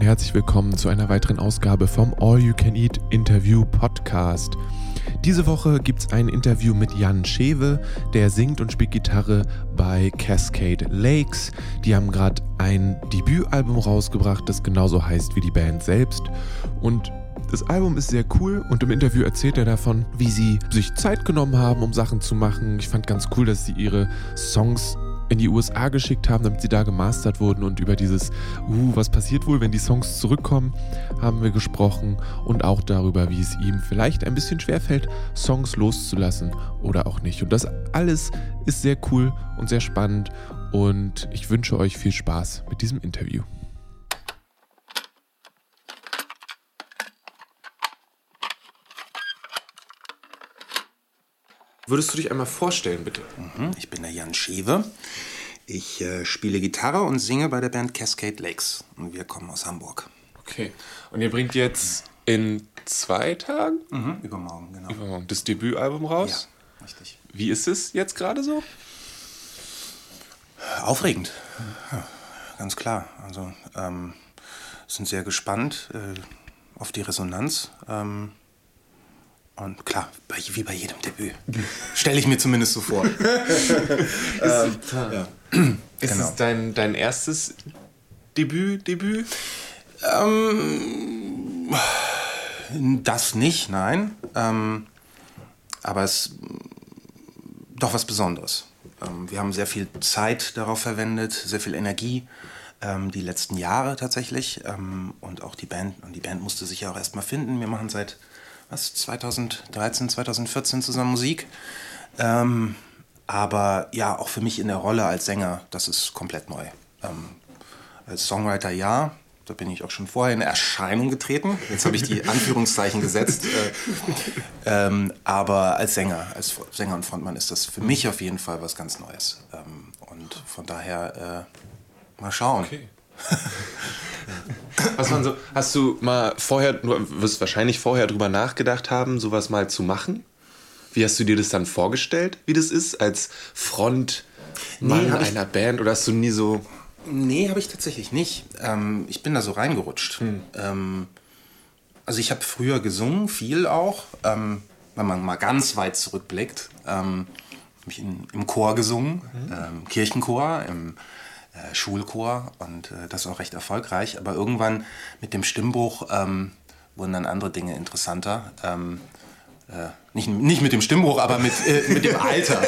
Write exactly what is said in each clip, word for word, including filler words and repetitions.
herzlich willkommen zu einer weiteren Ausgabe vom All You Can Eat Interview Podcast. Diese Woche gibt es ein Interview mit Jan Schewe, der singt und spielt Gitarre bei Cascade Lakes. Die haben gerade ein Debütalbum rausgebracht, das genauso heißt wie die Band selbst. Und das Album ist sehr cool und im Interview erzählt er davon, wie sie sich Zeit genommen haben, um Sachen zu machen. Ich fand ganz cool, dass sie ihre Songs in die U S A geschickt haben, damit sie da gemastert wurden, und über dieses, uh, was passiert wohl, wenn die Songs zurückkommen, haben wir gesprochen, und auch darüber, wie es ihm vielleicht ein bisschen schwerfällt, Songs loszulassen oder auch nicht. Und das alles ist sehr cool und sehr spannend, und ich wünsche euch viel Spaß mit diesem Interview. Würdest du dich einmal vorstellen, bitte? Mhm, ich bin der Jan Schewe. Ich äh, spiele Gitarre und singe bei der Band Cascade Lakes. Und wir kommen aus Hamburg. Okay. Und ihr bringt jetzt in zwei Tagen? Mhm, übermorgen, genau. Übermorgen das Debütalbum raus? Ja, richtig. Wie ist es jetzt gerade so? Aufregend. Ja, ganz klar. Also, ähm, sind sehr gespannt äh, auf die Resonanz. Ähm, Und klar, bei, wie bei jedem Debüt. Stelle ich mir zumindest so vor. ähm, ja. Ist genau. es dein, dein erstes Debüt? Debüt? Ähm, das nicht, nein. Ähm, aber es ist doch was Besonderes. Ähm, wir haben sehr viel Zeit darauf verwendet, sehr viel Energie. Ähm, die letzten Jahre tatsächlich. Ähm, und auch die Band. Und die Band musste sich ja auch erstmal finden. Wir machen seit was, zweitausenddreizehn, zweitausendvierzehn zusammen Musik. Ähm, aber ja, auch für mich in der Rolle als Sänger, das ist komplett neu. Ähm, als Songwriter ja, da bin ich auch schon vorher in Erscheinung getreten. Jetzt habe ich die Anführungszeichen gesetzt. Äh, ähm, aber als Sänger, als Sänger und Frontmann ist das für mich auf jeden Fall was ganz Neues. Ähm, und von daher äh, mal schauen. Okay. Was man so, hast du mal vorher, du wirst wahrscheinlich vorher drüber nachgedacht haben, sowas mal zu machen? Wie hast du dir das dann vorgestellt, wie das ist, als Frontmann nee, einer Band? Oder hast du nie so... Nee, habe ich tatsächlich nicht. Ähm, ich bin da so reingerutscht. Hm. Ähm, also ich habe früher gesungen, viel auch. Ähm, wenn man mal ganz weit zurückblickt, ähm, habe ich in, im Chor gesungen, mhm. ähm, Kirchenchor, im Äh, Schulchor, und äh, das auch recht erfolgreich. Aber irgendwann mit dem Stimmbruch ähm, wurden dann andere Dinge interessanter. Ähm, äh, nicht, nicht mit dem Stimmbruch, aber mit, äh, mit dem Alter.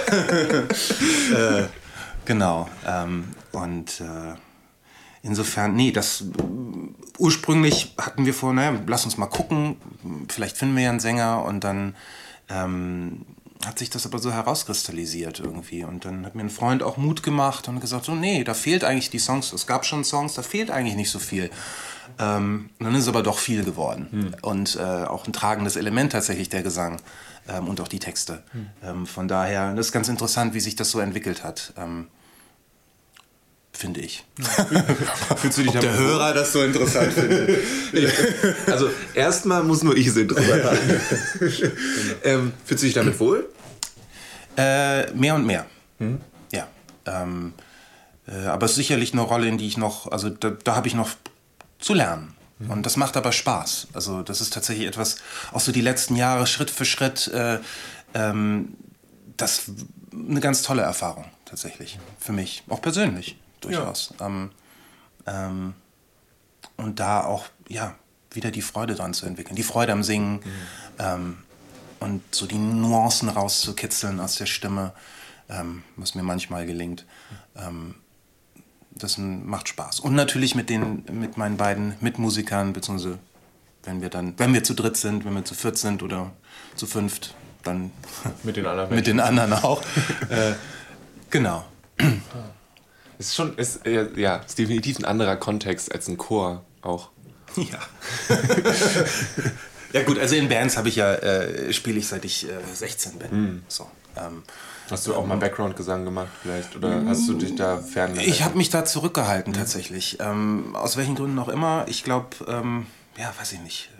äh, genau. Ähm, und äh, insofern, nee, das ursprünglich hatten wir vor, naja, lass uns mal gucken, vielleicht finden wir ja einen Sänger, und dann ähm, hat sich das aber so herauskristallisiert irgendwie. Und dann hat mir ein Freund auch Mut gemacht und gesagt, so, nee, da fehlt eigentlich die Songs, es gab schon Songs, da fehlt eigentlich nicht so viel. Ähm, dann ist es aber doch viel geworden. Hm. Und äh, auch ein tragendes Element tatsächlich, der Gesang ähm, und auch die Texte. Hm. Ähm, von daher, das ist ganz interessant, wie sich das so entwickelt hat. Ähm, finde ich. Fühlst du dich Ob der Hörer das so interessant findet? Also erstmal muss nur ich es interessant haben. ähm, fühlst du dich damit wohl? Äh, mehr und mehr. Hm? Ja. Ähm, äh, aber es ist sicherlich eine Rolle, in die ich noch, also da, da habe ich noch zu lernen. Hm. Und das macht aber Spaß. Also das ist tatsächlich etwas, auch so die letzten Jahre, Schritt für Schritt, äh, ähm, das eine ganz tolle Erfahrung tatsächlich. Für mich, auch persönlich. Durchaus. Ja. Ähm, ähm, und da auch, ja, wieder die Freude dran zu entwickeln. Die Freude am Singen. Mhm. Ähm, und so die Nuancen rauszukitzeln aus der Stimme, ähm, was mir manchmal gelingt. Ähm, das macht Spaß. Und natürlich mit den, mit meinen beiden Mitmusikern, beziehungsweise wenn wir dann, wenn wir zu dritt sind, wenn wir zu viert sind oder zu fünft, dann mit den anderen, mit den anderen auch. äh, genau. Es ist schon, ist, ja, ist definitiv ein anderer Kontext als ein Chor auch. Ja. Ja gut, also in Bands habe ich ja, äh, spiele ich seit ich äh, sechzehn bin. Hm. So, ähm, hast du auch mal Background-Gesang gemacht vielleicht? Oder hast du dich da ferngehalten? Ich habe mich da zurückgehalten tatsächlich. Ähm, aus welchen Gründen auch immer. Ich glaube, ähm, ja, weiß ich nicht.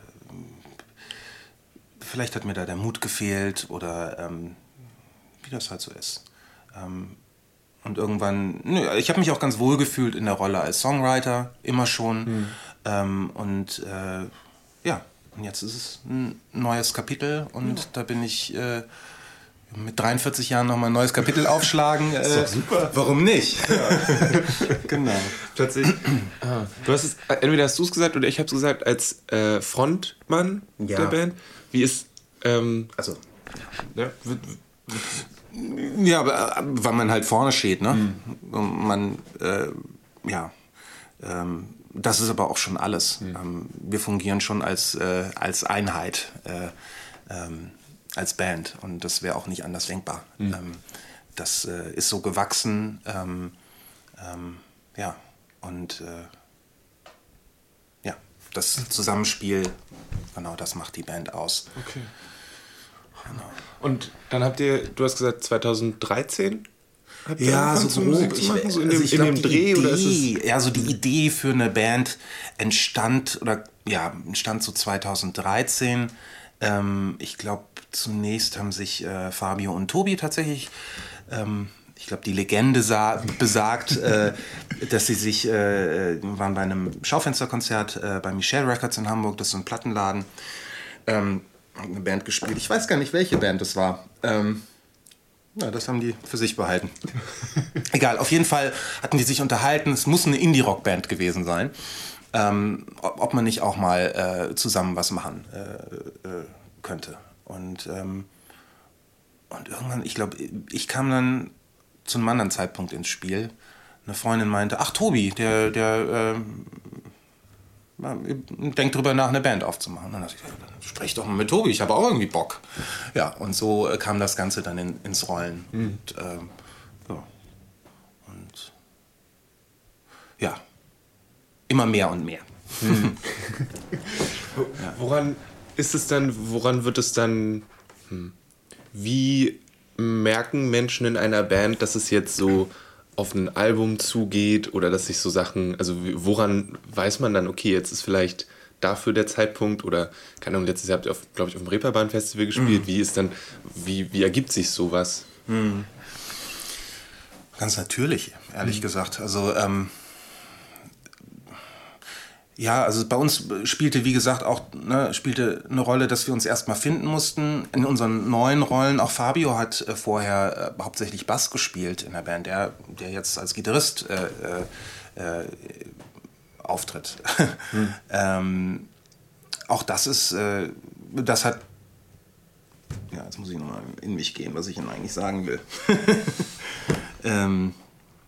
Vielleicht hat mir da der Mut gefehlt oder ähm, wie das halt so ist. Ähm, Und irgendwann, nö, ich habe mich auch ganz wohl gefühlt in der Rolle als Songwriter, immer schon. Mhm. Ähm, und äh, ja, und jetzt ist es ein neues Kapitel und ja. da bin ich äh, mit dreiundvierzig Jahren nochmal ein neues Kapitel aufschlagen. Das ist doch super. Warum nicht? Ja. Genau. Tatsächlich. Ah. Du hast es, entweder hast du es gesagt oder ich habe es gesagt, als äh, Frontmann ja. der Band. Wie ist, ähm, also, ja, ja, aber weil man halt vorne steht, ne? Mhm. Und man, äh, ja, ähm, das ist aber auch schon alles. Mhm. Ähm, wir fungieren schon als, äh, als Einheit. Äh, ähm, als Band und das wäre auch nicht anders denkbar. Mhm. Ähm, das äh, ist so gewachsen, ähm, ähm, ja, und äh, ja, das Zusammenspiel, genau, das macht die Band aus. Okay. Genau. Und dann habt ihr, du hast gesagt zweitausenddreizehn? Habt ihr ja, so grob, ich, machen, so in also dem, ich in glaub, dem die Dreh Idee, oder ist es ja, so die Idee für eine Band entstand oder ja, entstand so zweitausenddreizehn. Ähm, ich glaube, zunächst haben sich äh, Fabio und Tobi tatsächlich, ähm, ich glaube, die Legende sah, besagt, äh, dass sie sich, äh, waren bei einem Schaufensterkonzert äh, bei Michelle Records in Hamburg, das ist so ein Plattenladen, ähm, haben eine Band gespielt. Ich weiß gar nicht, welche Band das war. Ähm, ja, das haben die für sich behalten. Egal, auf jeden Fall hatten die sich unterhalten, es muss eine Indie-Rock-Band gewesen sein. Ähm, ob man nicht auch mal äh, zusammen was machen äh, äh, könnte. Und, ähm, und irgendwann, ich glaube, ich kam dann zu einem anderen Zeitpunkt ins Spiel. Eine Freundin meinte, ach Tobi, der, der äh, denkt drüber nach, eine Band aufzumachen. Und dann dachte ich, ja, dann sprech doch mal mit Tobi, ich habe auch irgendwie Bock. Ja, und so äh, kam das Ganze dann in, ins Rollen. Mhm. Und, ähm, ja. und ja, immer mehr und mehr. Hm. ja. Woran ist es dann, woran wird es dann, hm, wie merken Menschen in einer Band, dass es jetzt so auf ein Album zugeht oder dass sich so Sachen, also woran weiß man dann, okay, jetzt ist vielleicht dafür der Zeitpunkt oder, keine Ahnung, letztes Jahr habt ihr, glaube ich, auf dem Reeperbahn-Festival gespielt, mhm. wie ist dann, wie, wie ergibt sich sowas? Mhm. Ganz natürlich, ehrlich mhm. gesagt, also, ähm, ja, also bei uns spielte, wie gesagt, auch ne, spielte eine Rolle, dass wir uns erstmal finden mussten. In unseren neuen Rollen, auch Fabio hat äh, vorher äh, hauptsächlich Bass gespielt in der Band, der, der jetzt als Gitarrist äh, äh, auftritt. Hm. ähm, auch das ist, äh, das hat, ja, jetzt muss ich nochmal in mich gehen, was ich Ihnen eigentlich sagen will. ähm,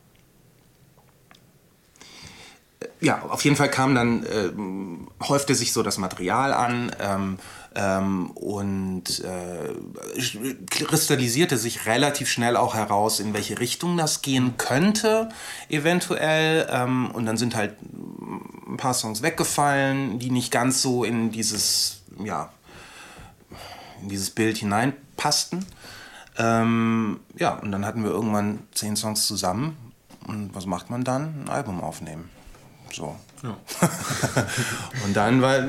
Ja, auf jeden Fall kam dann, äh, häufte sich so das Material an ähm, ähm, und äh, kristallisierte sich relativ schnell auch heraus, in welche Richtung das gehen könnte, eventuell. Ähm, und dann sind halt ein paar Songs weggefallen, die nicht ganz so in dieses, ja, in dieses Bild hineinpassten. Ähm, ja, und dann hatten wir irgendwann zehn Songs zusammen. Und was macht man dann? Ein Album aufnehmen. So. Ja. Und dann war,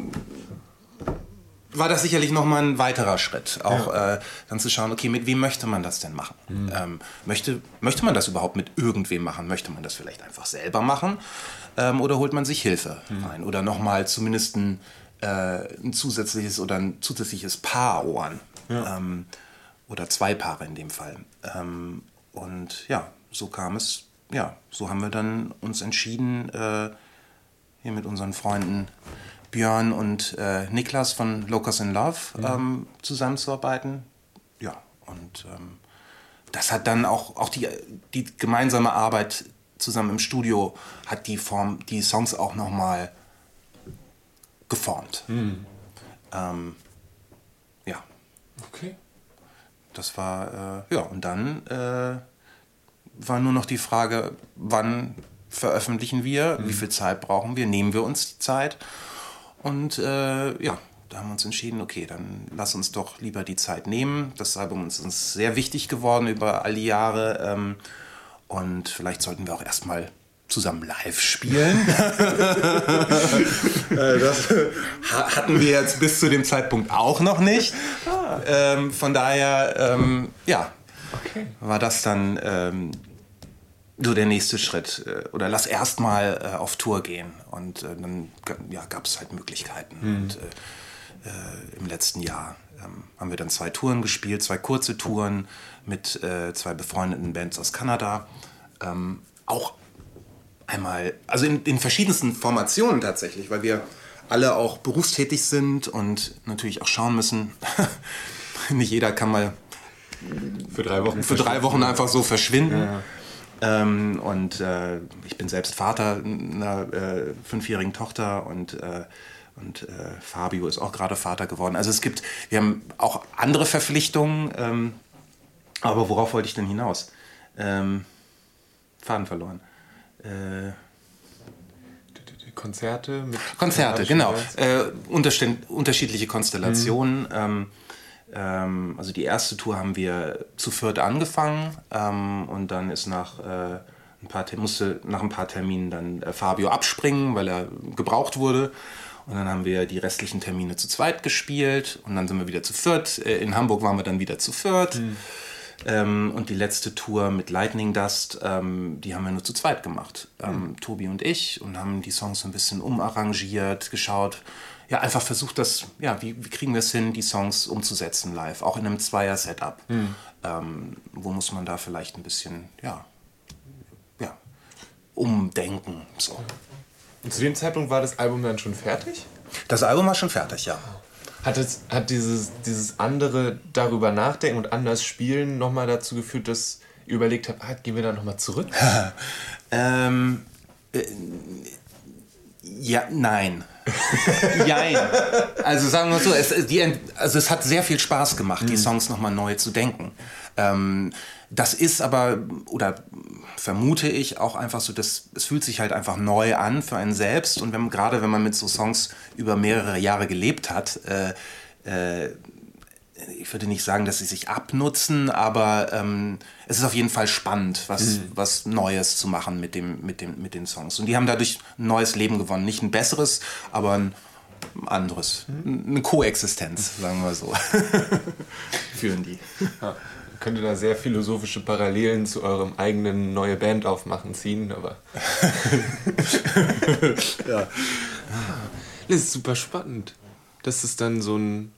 war das sicherlich nochmal ein weiterer Schritt. Auch ja. äh, dann zu schauen, okay, mit wem möchte man das denn machen? Mhm. Ähm, möchte, möchte man das überhaupt mit irgendwem machen? Möchte man das vielleicht einfach selber machen? Ähm, oder holt man sich Hilfe mhm. rein? Oder nochmal zumindest ein, äh, ein zusätzliches oder ein zusätzliches Paar Ohren. Ja. Ähm, oder zwei Paare in dem Fall. Ähm, und ja, so kam es. Ja, so haben wir dann uns entschieden, äh, hier mit unseren Freunden Björn und äh, Niklas von Locust in Love ähm, mhm. zusammenzuarbeiten. Ja, und ähm, das hat dann auch, auch die, die gemeinsame Arbeit zusammen im Studio hat die Form, die Songs auch nochmal geformt. Mhm. Ähm, ja. Okay. Das war, äh, ja, und dann äh, war nur noch die Frage, wann veröffentlichen wir, mhm. wie viel Zeit brauchen wir, nehmen wir uns die Zeit. Und äh, ja, da haben wir uns entschieden, okay, dann lass uns doch lieber die Zeit nehmen. Das Album ist uns sehr wichtig geworden über all die Jahre. Ähm, und vielleicht sollten wir auch erstmal zusammen live spielen. Das hatten wir jetzt bis zu dem Zeitpunkt auch noch nicht. Ah. Ähm, von daher, ähm, ja, okay. war das dann ähm, so der nächste Schritt. Äh, oder lass erst mal äh, auf Tour gehen. Und äh, dann ja, gab es halt Möglichkeiten. Mhm. Und äh, äh, im letzten Jahr ähm, haben wir dann zwei Touren gespielt, zwei kurze Touren mit äh, zwei befreundeten Bands aus Kanada. Ähm, auch einmal, also in den verschiedensten Formationen tatsächlich, weil wir alle auch berufstätig sind und natürlich auch schauen müssen. Nicht jeder kann mal für drei Wochen, für drei Wochen einfach so verschwinden. Ja. Ähm, und äh, ich bin selbst Vater einer äh, fünfjährigen Tochter und, äh, und äh, Fabio ist auch gerade Vater geworden. Also es gibt, wir haben auch andere Verpflichtungen, ähm, aber worauf wollte ich denn hinaus? Ähm, Faden verloren. Äh, Konzerte? Mit Konzerte, genau. Äh, unterschiedliche Konstellationen. Mhm. Ähm, ähm, also die erste Tour haben wir zu viert angefangen ähm, und dann ist nach, äh, ein paar, musste nach ein paar Terminen dann äh, Fabio abspringen, weil er gebraucht wurde. Und dann haben wir die restlichen Termine zu zweit gespielt und dann sind wir wieder zu viert. Äh, in Hamburg waren wir dann wieder zu viert. Mhm. Ähm, und die letzte Tour mit Lightning Dust, ähm, die haben wir nur zu zweit gemacht. Ähm, mhm. Tobi und ich, und haben die Songs so ein bisschen umarrangiert, geschaut. Ja, einfach versucht, das, ja, wie, wie kriegen wir es hin, die Songs umzusetzen live, auch in einem Zweier-Setup. Mhm. Ähm, wo muss man da vielleicht ein bisschen, ja, ja, umdenken. So. Und zu dem Zeitpunkt war das Album dann schon fertig? Das Album war schon fertig, ja. Hat, es, hat dieses, dieses andere darüber nachdenken und anders spielen nochmal dazu geführt, dass ihr überlegt habt, ah, gehen wir da nochmal zurück? ähm, äh, ja, nein. Jein. Also sagen wir so, es, die, also es hat sehr viel Spaß gemacht, mhm. die Songs nochmal neu zu denken. Ähm, das ist aber, oder vermute ich, auch einfach so, dass es fühlt sich halt einfach neu an für einen selbst. Und wenn, gerade wenn man mit so Songs über mehrere Jahre gelebt hat, äh, äh, ich würde nicht sagen, dass sie sich abnutzen, aber ähm, es ist auf jeden Fall spannend, was, mhm. was Neues zu machen mit, dem, mit, dem, mit den Songs. Und die haben dadurch ein neues Leben gewonnen. Nicht ein besseres, aber ein anderes. Mhm. Eine Koexistenz, sagen wir so. Führen die. Ja. Könnte da sehr philosophische Parallelen zu eurem eigenen neue Band aufmachen ziehen, aber ja. Das ist super spannend. Das ist dann so ein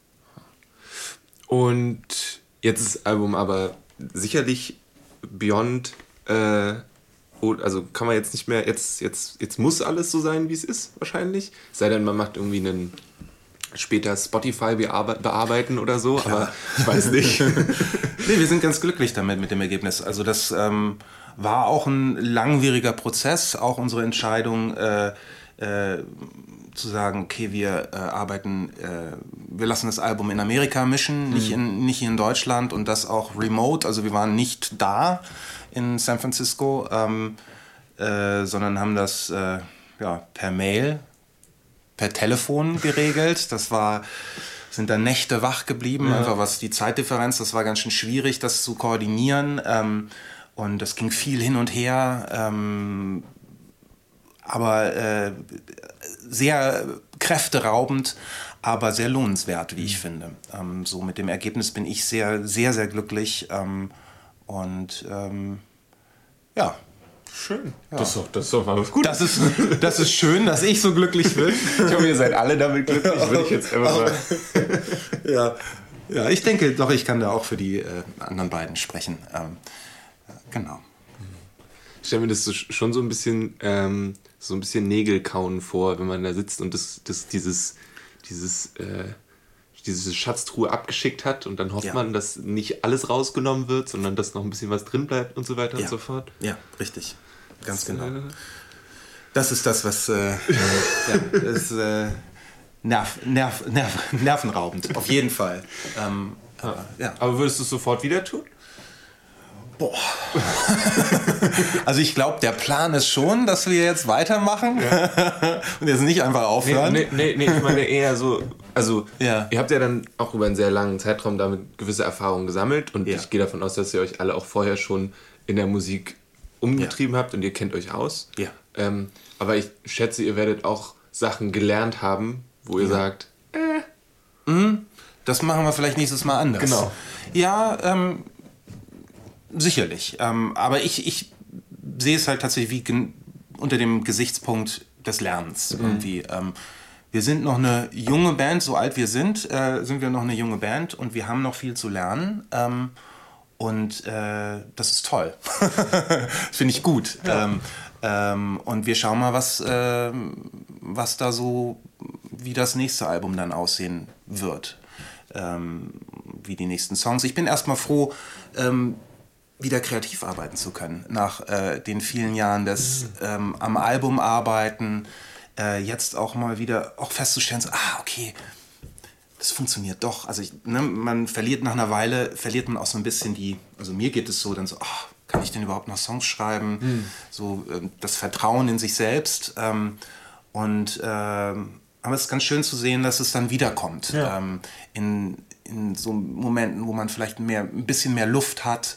und jetzt ist das Album aber sicherlich beyond äh, also kann man jetzt nicht mehr jetzt, jetzt, jetzt muss alles so sein, wie es ist wahrscheinlich, sei denn man macht irgendwie einen später Spotify bearbeiten oder so, ja. Aber ich weiß nicht. Nee, wir sind ganz glücklich damit, mit dem Ergebnis. Also das ähm, war auch ein langwieriger Prozess, auch unsere Entscheidung äh, äh, zu sagen, okay, wir äh, arbeiten, äh, wir lassen das Album in Amerika mischen, mhm. nicht, in, nicht hier in Deutschland und das auch remote, also wir waren nicht da in San Francisco, ähm, äh, sondern haben das äh, ja, per Mail per Telefon geregelt. Das war, sind dann Nächte wach geblieben, ja. Einfach was die Zeitdifferenz, das war ganz schön schwierig, das zu koordinieren. Ähm, und das ging viel hin und her. Ähm, aber äh, sehr kräfteraubend, aber sehr lohnenswert, wie ich finde. Ähm, so mit dem Ergebnis bin ich sehr, sehr, sehr glücklich. Ähm, und ähm, ja. Schön. Ja. Das, ist doch, das ist doch mal was Gutes. Das ist, das ist schön, dass ich so glücklich bin. Ich hoffe, ihr seid alle damit glücklich, würde ich jetzt immer mal. Ja. Ja, ich denke doch, ich kann da auch für die äh, anderen beiden sprechen. Ähm, genau. Ich stelle mir das so, schon so ein bisschen ähm, so ein bisschen Nägelkauen vor, wenn man da sitzt und das, das dieses, dieses, äh, diese Schatztruhe abgeschickt hat und dann hofft ja. man, dass nicht alles rausgenommen wird, sondern dass noch ein bisschen was drin bleibt und so weiter ja. und so fort. Ja, richtig. Ganz das, genau. Äh, das ist das, was äh, ja, das, äh, Nerv, Nerv, Nerv, nervenraubend, auf jeden Fall. Ähm, ja. Aber, ja. aber würdest du es sofort wieder tun? Boah. Also ich glaube, der Plan ist schon, dass wir jetzt weitermachen ja. und jetzt nicht einfach aufhören. Nee, nee, nee, ich meine eher so, also ja. ihr habt ja dann auch über einen sehr langen Zeitraum damit gewisse Erfahrungen gesammelt und ja. ich gehe davon aus, dass ihr euch alle auch vorher schon in der Musik umgetrieben ja. habt und ihr kennt euch aus. Ja. Ähm, aber ich schätze, ihr werdet auch Sachen gelernt haben, wo ihr ja. sagt, äh. mhm. das machen wir vielleicht nächstes Mal anders. Genau. Ja, ähm, sicherlich. Ähm, aber ich, ich sehe es halt tatsächlich wie gen- unter dem Gesichtspunkt des Lernens. Mhm. Irgendwie. Ähm, wir sind noch eine junge Band, so alt wir sind, äh, sind wir noch eine junge Band und wir haben noch viel zu lernen. Ähm, und äh, das ist toll. Finde ich gut. Ja. Ähm, ähm, und wir schauen mal, was, äh, was da so, wie das nächste Album dann aussehen wird. Ähm, wie die nächsten Songs. Ich bin erstmal froh, ähm, wieder kreativ arbeiten zu können. Nach äh, den vielen Jahren des ähm, am Album arbeiten, äh, jetzt auch mal wieder auch festzustellen, so, ah, okay, das funktioniert doch. Also ich, ne, man verliert nach einer Weile, verliert man auch so ein bisschen die, also mir geht es so, dann so, ach, kann ich denn überhaupt noch Songs schreiben? Mhm. So äh, das Vertrauen in sich selbst. Ähm, und äh, aber es ist ganz schön zu sehen, dass es dann wiederkommt. Ja. Ähm, in, in so Momenten, wo man vielleicht mehr, ein bisschen mehr Luft hat,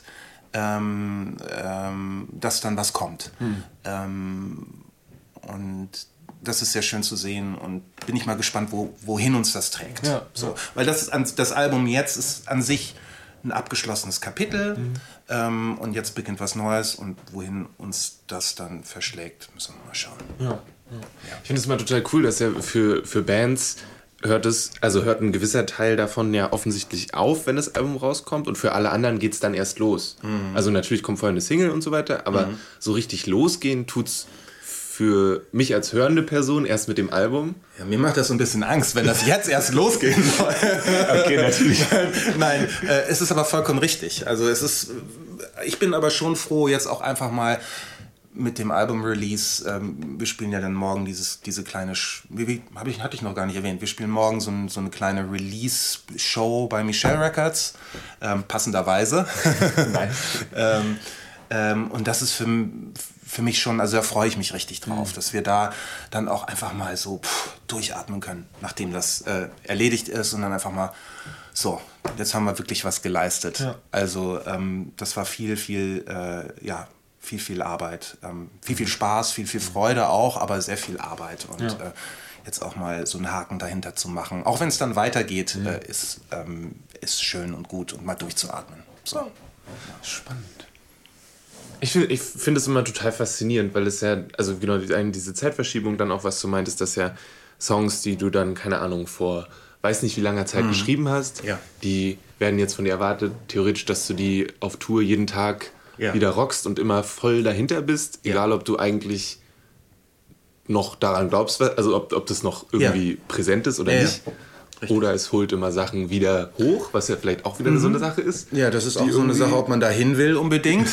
ähm, ähm, dass dann was kommt. Mhm. Ähm, und das ist sehr schön zu sehen und bin ich mal gespannt, wo, wohin uns das trägt. Ja, so. Ja. Weil das, ist, das Album jetzt ist an sich ein abgeschlossenes Kapitel mhm. ähm, und jetzt beginnt was Neues und wohin uns das dann verschlägt, müssen wir mal schauen. Ja, ja. Ja. Ich finde es immer total cool, dass ja für, für Bands hört es, also hört ein gewisser Teil davon ja offensichtlich auf, wenn das Album rauskommt und für alle anderen geht es dann erst los. Mhm. Also natürlich kommt vorher eine Single und so weiter, aber mhm. so richtig losgehen tut's für mich als hörende Person erst mit dem Album. Ja, mir macht das so ein bisschen Angst, wenn das jetzt erst losgehen soll. Okay, natürlich. Nein, äh, es ist aber vollkommen richtig. Also es ist, ich bin aber schon froh, jetzt auch einfach mal mit dem Album-Release, ähm, wir spielen ja dann morgen dieses, diese kleine, Sch- wie, wie, hab ich, hatte ich noch gar nicht erwähnt, wir spielen morgen so, ein, so eine kleine Release-Show bei Michelle Records, ähm, passenderweise. Nein. ähm, ähm, und das ist für, für mich schon, also da freue ich mich richtig drauf, mhm. dass wir da dann auch einfach mal so pff, durchatmen können, nachdem das äh, erledigt ist und dann einfach mal so, jetzt haben wir wirklich was geleistet. Ja. Also ähm, das war viel, viel, äh, ja, viel, viel Arbeit, ähm, viel, viel Spaß, viel, viel Freude auch, aber sehr viel Arbeit und ja. äh, jetzt auch mal so einen Haken dahinter zu machen, auch wenn es dann weitergeht, mhm. äh, ist, ähm, ist schön und gut und mal durchzuatmen. So. Ja. Spannend. Ich, ich finde es immer total faszinierend, weil es ja, also genau, diese Zeitverschiebung dann auch, was du meintest, dass ja Songs, die du dann, keine Ahnung, vor weiß nicht wie langer Zeit mhm. geschrieben hast, ja. die werden jetzt von dir erwartet, theoretisch, dass du die auf Tour jeden Tag ja. wieder rockst und immer voll dahinter bist, ja. egal ob du eigentlich noch daran glaubst, also ob, ob das noch irgendwie ja. präsent ist oder ja, nicht. Ja. Oder es holt immer Sachen wieder hoch, was ja vielleicht auch wieder mhm. so eine Sache ist. Ja, das ist auch so eine Sache, ob man da hin will unbedingt.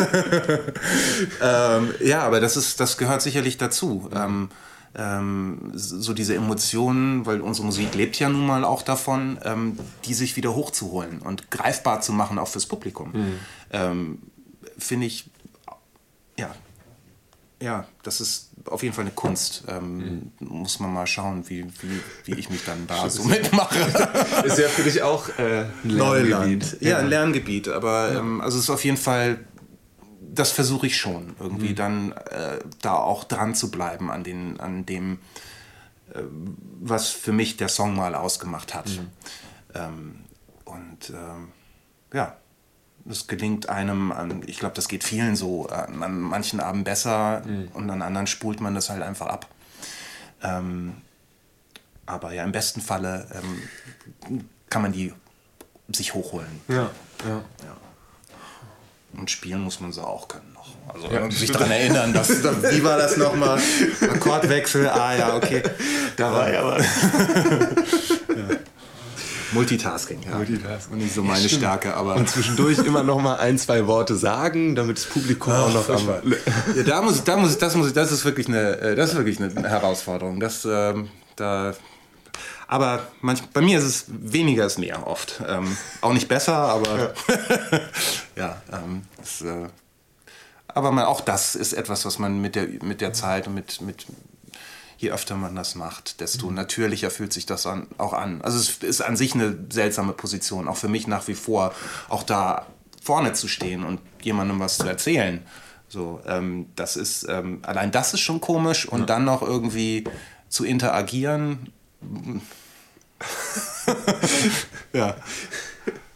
ähm, ja, aber das, ist, das gehört sicherlich dazu. Mhm. Ähm, ähm, so diese Emotionen, weil unsere Musik lebt ja nun mal auch davon, ähm, die sich wieder hochzuholen und greifbar zu machen, auch fürs Publikum. Mhm. Ähm, finde ich, ja, ja, das ist auf jeden Fall eine Kunst. Ähm, mhm. Muss man mal schauen, wie, wie, wie ich mich dann da so mitmache. Ist ja für dich auch äh, ein Lerngebiet. Ja, ein Lerngebiet. Aber ja. ähm, also es ist auf jeden Fall, das versuche ich schon, irgendwie mhm. dann äh, da auch dran zu bleiben an, den, an dem, äh, was für mich der Song mal ausgemacht hat. Mhm. Ähm, und ähm, ja, das gelingt einem, an, ich glaube, das geht vielen so, an, an manchen Abend besser mhm. und an anderen spult man das halt einfach ab. Ähm, aber ja, im besten Falle ähm, kann man die sich hochholen. Ja, ja. ja. Und spielen muss man sie auch können noch. Also ja. sich daran erinnern, dass, wie war das nochmal? Akkordwechsel, ah ja, okay. Da war ja was. ja. Multitasking, ja. Multitasking. Und nicht so meine Stärke, aber... Und zwischendurch immer noch mal ein, zwei Worte sagen, damit das Publikum oh, auch noch am... Ja, da muss ich, da muss ich, das muss ich, das ist wirklich eine, das ist wirklich eine Herausforderung. Das, ähm, da... Aber manch, bei mir ist es weniger ist mehr oft. Ähm, auch nicht besser, aber... ja, ja ähm, das, äh, aber man, auch das ist etwas, was man mit der, mit der Zeit und mit... mit je öfter man das macht, desto mhm. natürlicher fühlt sich das an, auch an. Also es ist an sich eine seltsame Position, auch für mich nach wie vor, auch da vorne zu stehen und jemandem was zu erzählen. So, ähm, das ist, ähm, allein das ist schon komisch und ja. dann noch irgendwie zu interagieren. ja.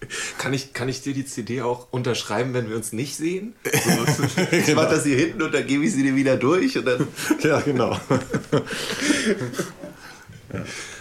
kann ich, kann ich dir die C D auch unterschreiben, wenn wir uns nicht sehen? So, ich Genau. mach das hier hinten und dann gebe ich sie dir wieder durch und dann... Ja, genau. Ja.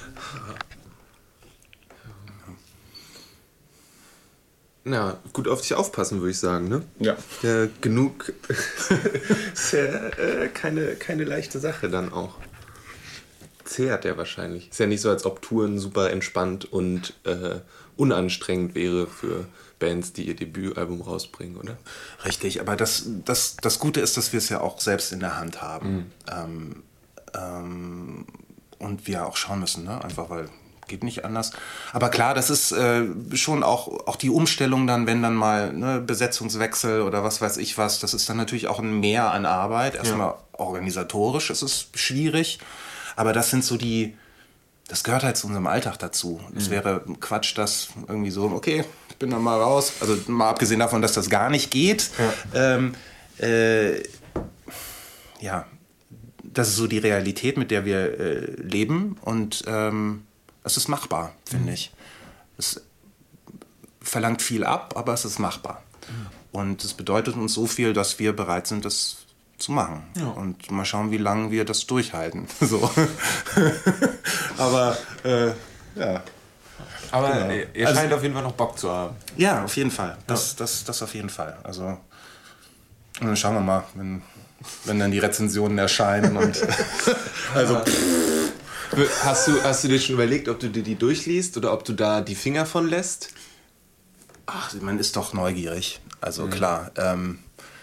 Na, gut auf dich aufpassen, würde ich sagen, ne? Ja. Ja, genug. Ist ja äh, keine, keine leichte Sache dann auch. Zehrt ja wahrscheinlich. Ist ja nicht so, als ob Touren super entspannt und äh, unanstrengend wäre für Bands, die ihr Debütalbum rausbringen, oder? Richtig, aber das, das, das Gute ist, dass wir es ja auch selbst in der Hand haben. Mhm. Ähm, ähm, und wir auch schauen müssen, ne? Einfach weil... geht nicht anders. Aber klar, das ist äh, schon auch, auch die Umstellung dann, wenn dann mal ne, Besetzungswechsel oder was weiß ich was, das ist dann natürlich auch ein Mehr an Arbeit. Erstmal ja. organisatorisch ist es schwierig, aber das sind so die, das gehört halt zu unserem Alltag dazu. Es mhm. wäre Quatsch, das irgendwie so, okay, ich bin dann mal raus. Also mal abgesehen davon, dass das gar nicht geht. Ja, ähm, äh, ja. das ist so die Realität, mit der wir äh, leben und ähm, es ist machbar, finde mhm. ich. Es verlangt viel ab, aber es ist machbar. Mhm. Und es bedeutet uns so viel, dass wir bereit sind, das zu machen. Ja. Und mal schauen, wie lange wir das durchhalten. So. aber, äh, ja. Aber genau. ihr scheint also, auf jeden Fall noch Bock zu haben. Ja, auf jeden Fall. Das, ja. das, das auf jeden Fall. Also, und dann schauen wir mal, wenn, wenn dann die Rezensionen erscheinen. Und also... Hast du, hast du dir schon überlegt, ob du dir die durchliest oder ob du da die Finger von lässt? Ach, man ist doch neugierig. Also mhm. klar. Ähm,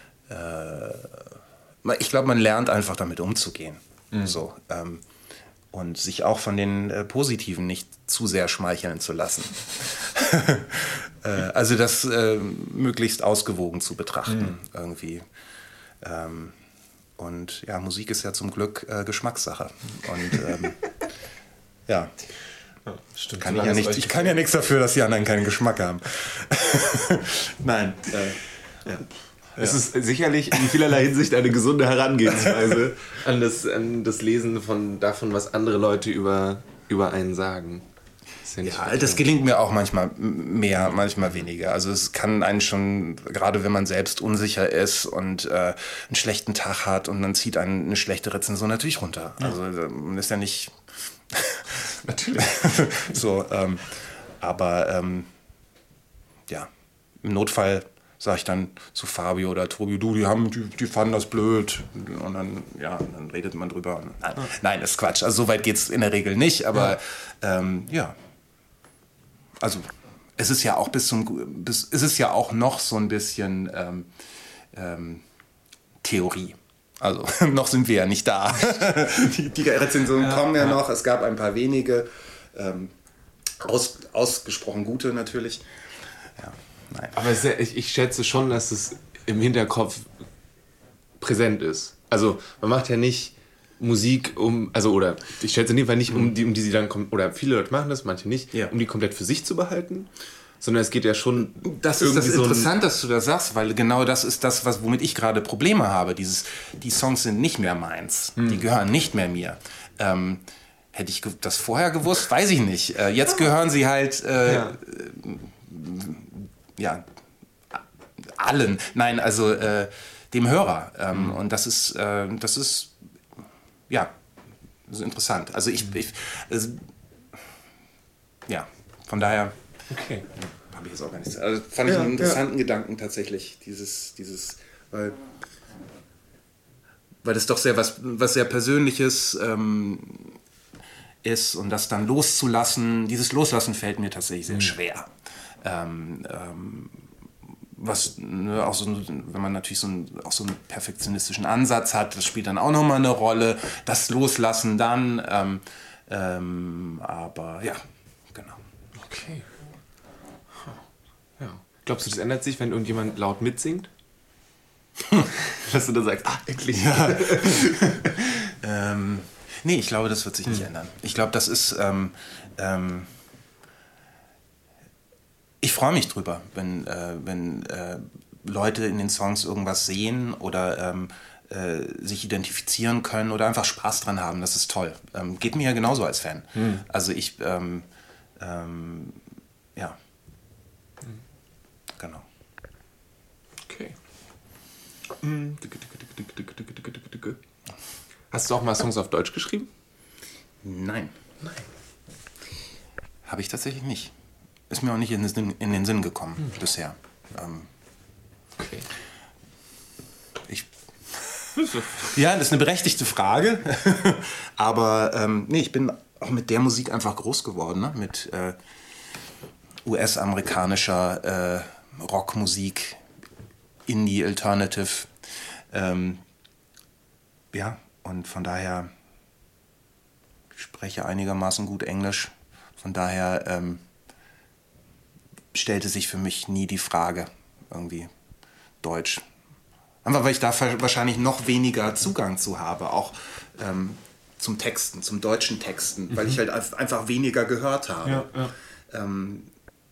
äh, ich glaube, man lernt einfach damit umzugehen. Mhm. So, ähm, und sich auch von den äh, Positiven nicht zu sehr schmeicheln zu lassen. äh, also das äh, möglichst ausgewogen zu betrachten mhm. irgendwie. Ähm, Und ja, Musik ist ja zum Glück äh, Geschmackssache. Und ähm, ja, ja stimmt. Kann ich, ja nicht, ich kann ja nichts dafür, dass die anderen keinen Geschmack haben. Nein. Äh, ja. Es ist sicherlich in vielerlei Hinsicht eine gesunde Herangehensweise an das, an das Lesen von davon, was andere Leute über, über einen sagen. Ja, ja das gelingt mir auch manchmal mehr, manchmal weniger. Also es kann einen schon, gerade wenn man selbst unsicher ist und äh, einen schlechten Tag hat und dann zieht einen eine schlechte Rezension natürlich runter. Ja. Also man ist ja nicht... natürlich. so, ähm, aber ähm, ja, im Notfall sage ich dann zu Fabio oder Tobi, du, die, haben, die, die fanden das blöd. Und dann, ja, dann redet man drüber. Nein, ja. nein, das ist Quatsch. Also so weit geht es in der Regel nicht, aber ja. Ähm, ja. Also es ist ja auch bis zum, bis, es ist ja auch noch so ein bisschen ähm, ähm, Theorie. Also noch sind wir ja nicht da. die, die Rezensionen ja, kommen ja, ja noch. Es gab ein paar wenige, ähm, aus, ausgesprochen gute natürlich. Ja, nein. Aber es, ich, ich schätze schon, dass es im Hinterkopf präsent ist. Also man macht ja nicht Musik um, also oder ich schätze in dem Fall nicht, um die, um die sie dann kommt, oder viele Leute machen das, manche nicht, ja. um die komplett für sich zu behalten, sondern es geht ja schon. Das ist das so interessant, dass du das sagst, weil genau das ist das, was, womit ich gerade Probleme habe. Dieses, die Songs sind nicht mehr meins, hm. die gehören nicht mehr mir. Ähm, hätte ich das vorher gewusst, weiß ich nicht. Äh, jetzt gehören sie halt äh, ja. ja allen. Nein, also äh, dem Hörer. Ähm, hm. Und das ist, äh, das ist ja, das ist interessant. Also ich, ich also, ja, von daher okay. habe ich jetzt auch gar nichts. Also fand ich ja, einen interessanten ja. Gedanken tatsächlich, dieses, dieses, weil, weil das doch sehr was, was sehr Persönliches ähm, ist und das dann loszulassen, dieses Loslassen fällt mir tatsächlich sehr mhm. schwer. Ähm, ähm, was ne, auch so, wenn man natürlich so einen, auch so einen perfektionistischen Ansatz hat, das spielt dann auch nochmal eine Rolle, das Loslassen dann, ähm, ähm, aber ja, genau. Okay. Ja. Glaubst du, das ändert sich, wenn irgendjemand laut mitsingt? Dass du dann sagst, ach, endlich. Ja. ähm, nee, ich glaube, das wird sich nicht hm. ändern. Ich glaube, das ist... Ähm, ähm, Ich freue mich drüber, wenn, äh, wenn äh, Leute in den Songs irgendwas sehen oder ähm, äh, sich identifizieren können oder einfach Spaß dran haben. Das ist toll. Ähm, geht mir ja genauso als Fan. Hm. Also ich, ähm, ähm, ja. Hast du auch mal Songs auf Deutsch geschrieben? Nein. Nein. Habe ich tatsächlich nicht. Ist mir auch nicht in den Sinn, in den Sinn gekommen hm. bisher. Ähm, okay. Ich... Ja, das ist eine berechtigte Frage. Aber ähm, nee, ich bin auch mit der Musik einfach groß geworden. Ne? Mit äh, U S-amerikanischer äh, Rockmusik, Indie, Alternative. Ähm, ja, und von daher ich spreche einigermaßen gut Englisch. Von daher ähm, stellte sich für mich nie die Frage, irgendwie Deutsch. Einfach weil ich da wahrscheinlich noch weniger Zugang zu habe, auch ähm, zum Texten, zum deutschen Texten, mhm. weil ich halt einfach weniger gehört habe. Ja, ja. Ähm,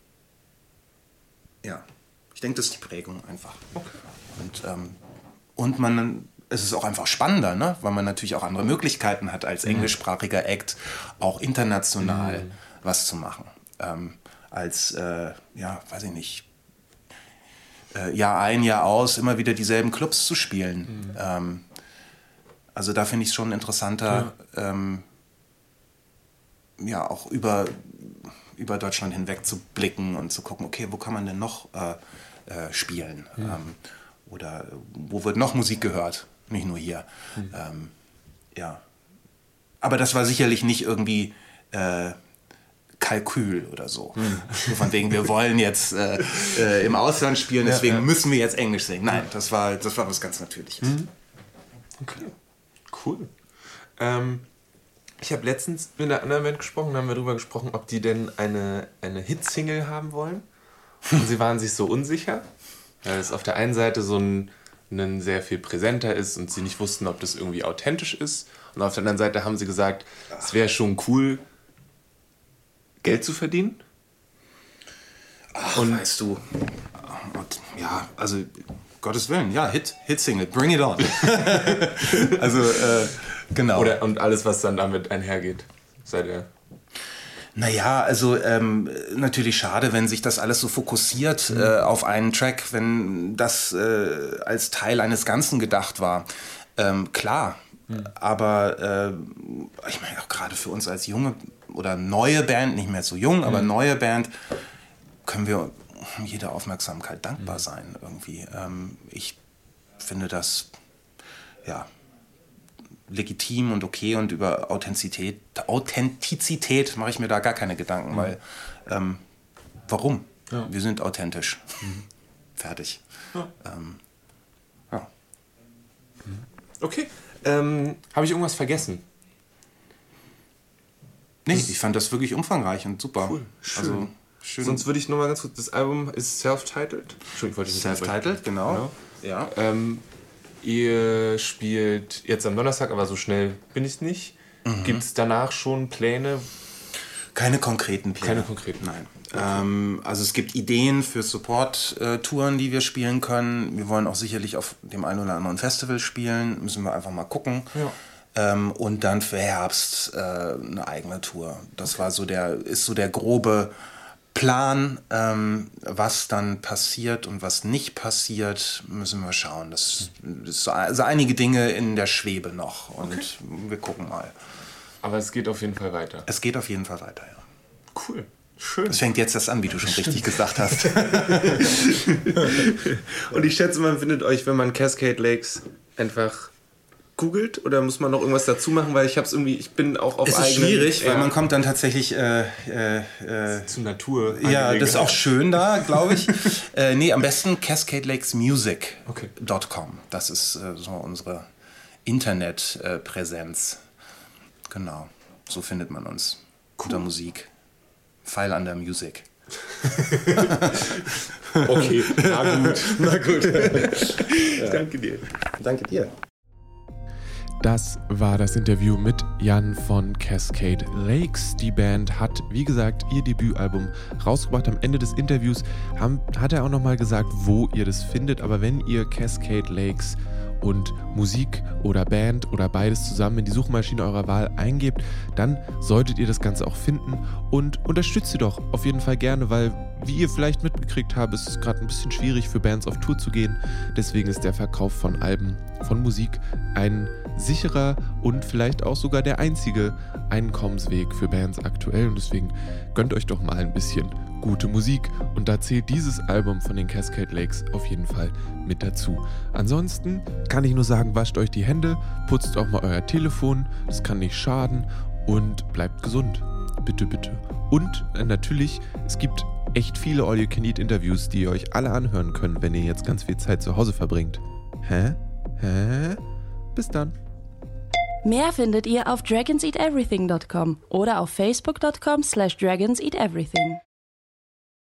ja. Ich denke, das ist die Prägung einfach. Okay. Und, ähm, und man, es ist auch einfach spannender, ne? Weil man natürlich auch andere Möglichkeiten hat, als englischsprachiger Act auch international mhm. was zu machen. Ähm, als, äh, ja, weiß ich nicht, äh, Jahr ein, Jahr aus immer wieder dieselben Clubs zu spielen. Mhm. Ähm, also da finde ich es schon interessanter, ja, ähm, ja auch über, über Deutschland hinweg zu blicken und zu gucken, okay, wo kann man denn noch äh, äh, spielen? Mhm. Ähm, oder wo wird noch Musik gehört? Nicht nur hier. Mhm. Ähm, ja. Aber das war sicherlich nicht irgendwie äh, Kalkül oder so. Mhm. So von wegen, wir wollen jetzt äh, äh, im Ausland spielen, deswegen ja, ja. müssen wir jetzt Englisch singen. Nein, das war, das war was ganz Natürliches. Mhm. Okay, cool. Ähm, ich habe letztens mit einer anderen Band gesprochen, da haben wir darüber gesprochen, ob die denn eine, eine Hit-Single haben wollen. Und sie waren sich so unsicher, weil es auf der einen Seite so ein, ein sehr viel präsenter ist und sie nicht wussten, ob das irgendwie authentisch ist. Und auf der anderen Seite haben sie gesagt, es wäre schon cool, Geld zu verdienen. Ach, und weißt du, ja, also Gottes Willen, ja, Hit, Hit-Single, bring it on. Also, äh, genau. Oder, und alles, was dann damit einhergeht, seid ihr... Naja, also ähm, natürlich schade, wenn sich das alles so fokussiert mhm. äh, auf einen Track, wenn das äh, als Teil eines Ganzen gedacht war. Ähm, klar, mhm. aber äh, ich meine auch gerade für uns als junge oder neue Band, nicht mehr so jung, mhm. aber neue Band, können wir um jede Aufmerksamkeit dankbar mhm. sein irgendwie. Ähm, ich finde das, ja, legitim und okay, und über Authentizität, Authentizität mache ich mir da gar keine Gedanken, mhm. weil ähm, warum? Ja. Wir sind authentisch. Mhm. Fertig. Ja. Ähm, ja. Okay. Ähm, habe ich irgendwas vergessen? Nee, das ich fand das wirklich umfangreich und super. Cool. Schön. Also, schön. Sonst würde ich nochmal ganz kurz, das Album ist self-titled. Entschuldigung, wollte ich nicht Self-titled, genau. genau. Ja. Ähm, Ihr spielt jetzt am Donnerstag, aber so schnell bin ich nicht. Mhm. Gibt es danach schon Pläne? Keine konkreten Pläne. Keine konkreten? Nein. Okay. Ähm, also es gibt Ideen für Support-Touren, die wir spielen können. Wir wollen auch sicherlich auf dem einen oder anderen Festival spielen. Müssen wir einfach mal gucken. Ja. Ähm, und dann für Herbst äh, eine eigene Tour. Das war so der, ist so der grobe Plan, ähm, was dann passiert und was nicht passiert, müssen wir schauen. Das, das ist so also einige Dinge in der Schwebe noch und okay. wir gucken mal. Aber es geht auf jeden Fall weiter. Es geht auf jeden Fall weiter, ja. Cool. Schön. Es fängt jetzt erst an, wie du schon richtig gesagt hast. Und ich schätze, man findet euch, wenn man Cascade Lakes einfach googelt, oder muss man noch irgendwas dazu machen, weil ich habe es irgendwie, ich bin auch auf eigenen... Es ist schwierig, weil man kommt dann tatsächlich äh, äh, äh, zur Natur. Ja, das ist auch schön da, glaube ich. äh, nee, am besten cascade lakes music dot com. Okay. Das ist äh, so unsere Internetpräsenz. Äh, genau, so findet man uns. Cool. Unter Musik. Pfeil an der Music. Okay, na gut. Na gut. Ja. Danke dir. Danke dir. Das war das Interview mit Jan von Cascade Lakes. Die Band hat, wie gesagt, ihr Debütalbum rausgebracht. Am Ende des Interviews haben, hat er auch nochmal gesagt, wo ihr das findet. Aber wenn ihr Cascade Lakes und Musik oder Band oder beides zusammen in die Suchmaschine eurer Wahl eingebt, dann solltet ihr das Ganze auch finden und unterstützt sie doch auf jeden Fall gerne, weil, wie ihr vielleicht mitgekriegt habt, ist es gerade ein bisschen schwierig für Bands auf Tour zu gehen. Deswegen ist der Verkauf von Alben, von Musik ein sicherer und vielleicht auch sogar der einzige Einkommensweg für Bands aktuell und deswegen gönnt euch doch mal ein bisschen gute Musik und da zählt dieses Album von den Cascade Lakes auf jeden Fall mit dazu. Ansonsten kann ich nur sagen, wascht euch die Hände, putzt auch mal euer Telefon, das kann nicht schaden und bleibt gesund. Bitte, bitte. Und äh, natürlich, es gibt echt viele All-You-Can-Eat-Interviews, die ihr euch alle anhören könnt, wenn ihr jetzt ganz viel Zeit zu Hause verbringt. Hä? Hä? Bis dann. Mehr findet ihr auf dragons eat everything dot com oder auf facebook dot com slash dragons eat everything.